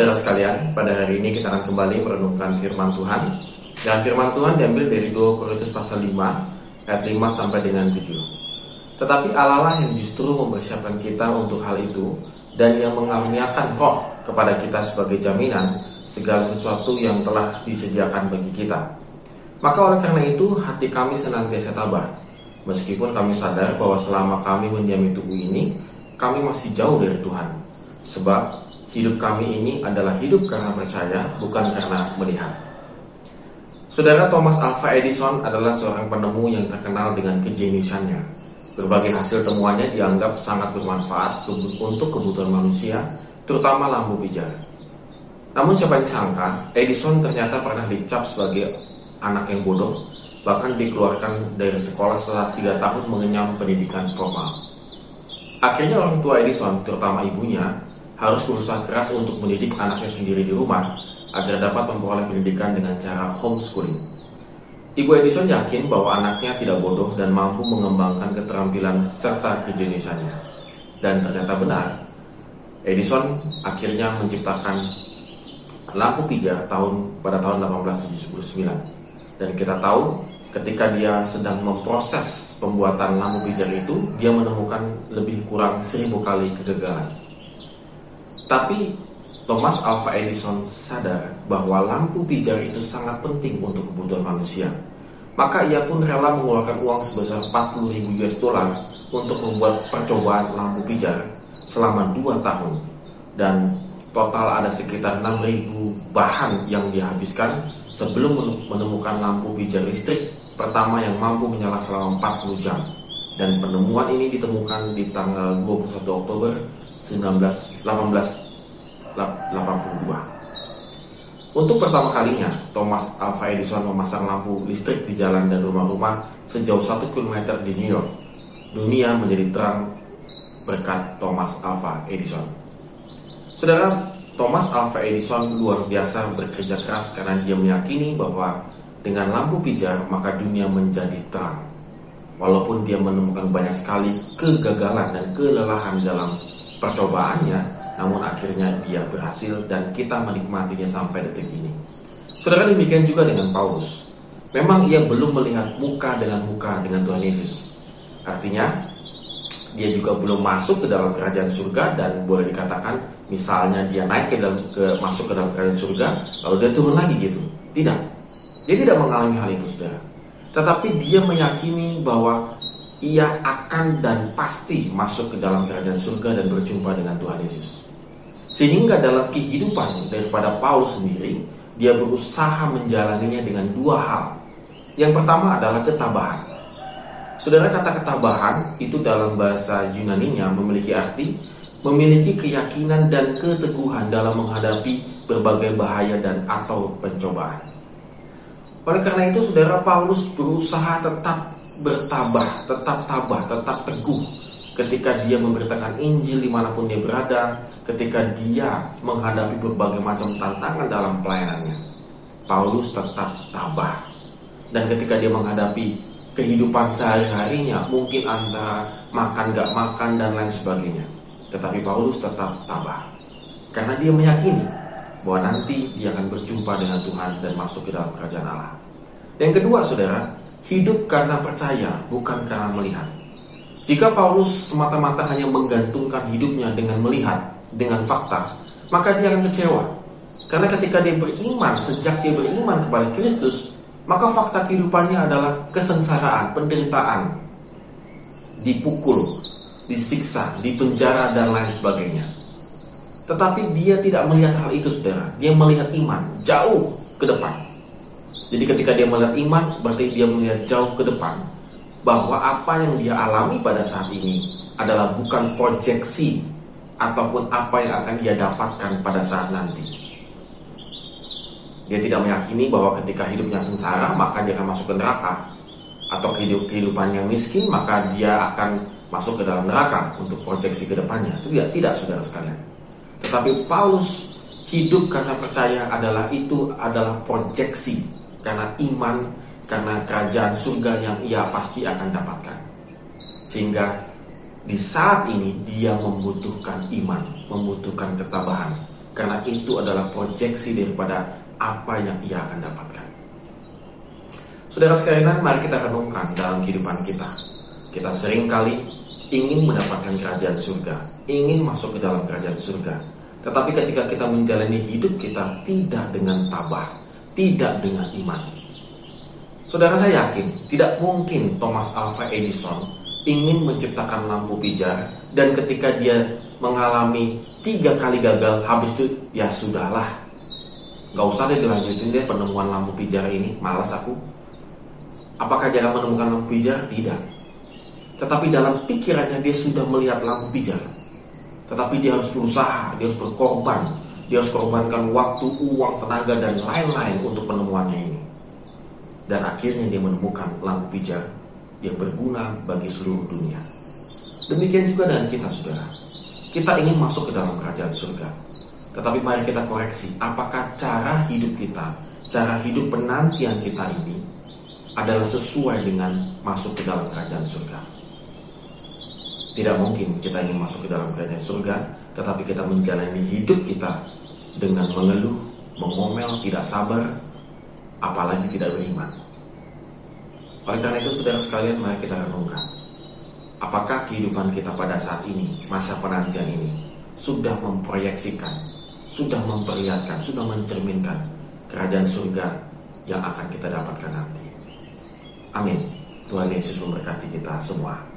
saudara sekalian, pada hari ini kita akan kembali merenungkan firman Tuhan. Dan firman Tuhan diambil dari 2 Korintus pasal 5 ayat 5 sampai dengan 7. Tetapi Allah lah yang justru mempersiapkan kita untuk hal itu, dan yang mengaruniakan roh kepada kita sebagai jaminan segala sesuatu yang telah disediakan bagi kita. Maka oleh karena itu hati kami senantiasa tabah, meskipun kami sadar bahwa selama kami mendiami tubuh ini, kami masih jauh dari Tuhan. Sebab hidup kami ini adalah hidup karena percaya, bukan karena melihat. Saudara, Thomas Alva Edison adalah seorang penemu yang terkenal dengan kejeniusannya. Berbagai hasil temuannya dianggap sangat bermanfaat untuk kebutuhan manusia, terutama lampu pijar. Namun siapa yang sangka, Edison ternyata pernah dicap sebagai anak yang bodoh, bahkan dikeluarkan dari sekolah setelah 3 tahun mengenyam pendidikan formal. Akhirnya orang tua Edison, terutama ibunya, harus berusaha keras untuk mendidik anaknya sendiri di rumah agar dapat memperoleh pendidikan dengan cara homeschooling. Ibu Edison yakin bahwa anaknya tidak bodoh dan mampu mengembangkan keterampilan serta kejeniusannya. Dan ternyata benar. Edison akhirnya menciptakan lampu pijar pada tahun 1879. Dan kita tahu ketika dia sedang memproses pembuatan lampu pijar itu, dia menemukan lebih kurang 1000 kali kegagalan. Tapi Thomas Alva Edison sadar bahwa lampu pijar itu sangat penting untuk kebutuhan manusia. Maka ia pun rela mengeluarkan uang sebesar 40.000 US dollar untuk membuat percobaan lampu pijar selama 2 tahun. Dan total ada sekitar 6.000 bahan yang dihabiskan sebelum menemukan lampu pijar listrik pertama yang mampu menyala selama 40 jam. Dan penemuan ini ditemukan di tanggal 21 Oktober 1882. Untuk pertama kalinya, Thomas Alva Edison memasang lampu listrik di jalan dan rumah-rumah sejauh 1 km di New York. Dunia menjadi terang berkat Thomas Alva Edison. Saudara, Thomas Alva Edison luar biasa bekerja keras karena dia meyakini bahwa dengan lampu pijar maka dunia menjadi terang. Walaupun dia menemukan banyak sekali kegagalan dan kelelahan dalam percobaannya, namun akhirnya dia berhasil dan kita menikmatinya sampai detik ini. Saudara, demikian juga dengan Paulus. Memang ia belum melihat muka dengan Tuhan Yesus. Artinya, dia juga belum masuk ke dalam kerajaan surga, dan boleh dikatakan misalnya dia naik masuk ke dalam kerajaan surga, lalu dia turun lagi gitu. Tidak. Dia tidak mengalami hal itu, saudara. Tetapi dia meyakini bahwa ia akan dan pasti masuk ke dalam kerajaan surga dan berjumpa dengan Tuhan Yesus. Sehingga dalam kehidupan daripada Paulus sendiri, dia berusaha menjalaninya dengan 2 hal. Yang pertama adalah ketabahan. Saudara, kata ketabahan itu dalam bahasa Yunaninya memiliki arti memiliki keyakinan dan keteguhan dalam menghadapi berbagai bahaya dan atau pencobaan. Oleh karena itu, saudara, Paulus berusaha tetap bertabah, tetap tabah, tetap teguh ketika dia memberitakan Injil dimanapun dia berada, ketika dia menghadapi berbagai macam tantangan dalam pelayanannya. Paulus tetap tabah. Dan ketika dia menghadapi kehidupan sehari-harinya, mungkin antara makan gak makan dan lain sebagainya, tetapi Paulus tetap tabah karena dia meyakini bahwa nanti dia akan berjumpa dengan Tuhan dan masuk ke dalam kerajaan Allah. Yang kedua, saudara, hidup karena percaya, bukan karena melihat. Jika Paulus semata-mata hanya menggantungkan hidupnya dengan melihat, dengan fakta, maka dia akan kecewa. Karena ketika dia beriman, sejak dia beriman kepada Kristus, maka fakta kehidupannya adalah kesengsaraan, penderitaan, dipukul, disiksa, dipenjara, dan lain sebagainya. Tetapi dia tidak melihat hal itu, saudara. Dia melihat iman jauh ke depan. Jadi ketika dia melihat iman, berarti dia melihat jauh ke depan, bahwa apa yang dia alami pada saat ini adalah bukan proyeksi ataupun apa yang akan dia dapatkan pada saat nanti. Dia tidak meyakini bahwa ketika hidupnya sengsara maka dia akan masuk ke neraka, atau kehidupannya miskin maka dia akan masuk ke dalam neraka untuk proyeksi ke depannya. Itu tidak, saudara sekalian. Tetapi Paulus hidup karena percaya adalah proyeksi, karena iman, karena kerajaan surga yang ia pasti akan dapatkan. Sehingga Di saat ini dia membutuhkan iman, membutuhkan ketabahan, karena itu adalah proyeksi daripada apa yang ia akan dapatkan. Saudara sekalian, mari kita renungkan dalam kehidupan kita. Kita seringkali ingin mendapatkan kerajaan surga, ingin masuk ke dalam kerajaan surga. Tetapi ketika kita menjalani hidup kita tidak dengan tabah, tidak dengan iman. Saudara, saya yakin tidak mungkin Thomas Alva Edison ingin menciptakan lampu pijar dan ketika dia mengalami 3 kali gagal, habis itu ya sudahlah, gak usah deh dilanjutin deh penemuan lampu pijar ini, malas aku. Apakah dia akan menemukan lampu pijar? Tidak. Tetapi dalam pikirannya dia sudah melihat lampu pijar. Tetapi dia harus berusaha, dia harus berkorban, dia harus korbankan waktu, uang, tenaga, dan lain-lain untuk penemuannya ini. Dan akhirnya dia menemukan lampu pijar yang berguna bagi seluruh dunia. Demikian juga dengan kita, saudara. Kita ingin masuk ke dalam kerajaan surga. Tetapi mari kita koreksi, apakah cara hidup kita, cara hidup penantian kita ini adalah sesuai dengan masuk ke dalam kerajaan surga. Tidak mungkin kita ingin masuk ke dalam kerajaan surga, tetapi kita menjalani hidup kita dengan mengeluh, mengomel, tidak sabar, apalagi tidak beriman. Oleh karena itu, saudara sekalian, mari kita renungkan. Apakah kehidupan kita pada saat ini, masa penantian ini, sudah memproyeksikan, sudah memperlihatkan, sudah mencerminkan kerajaan surga yang akan kita dapatkan nanti. Amin. Tuhan Yesus memberkati kita semua.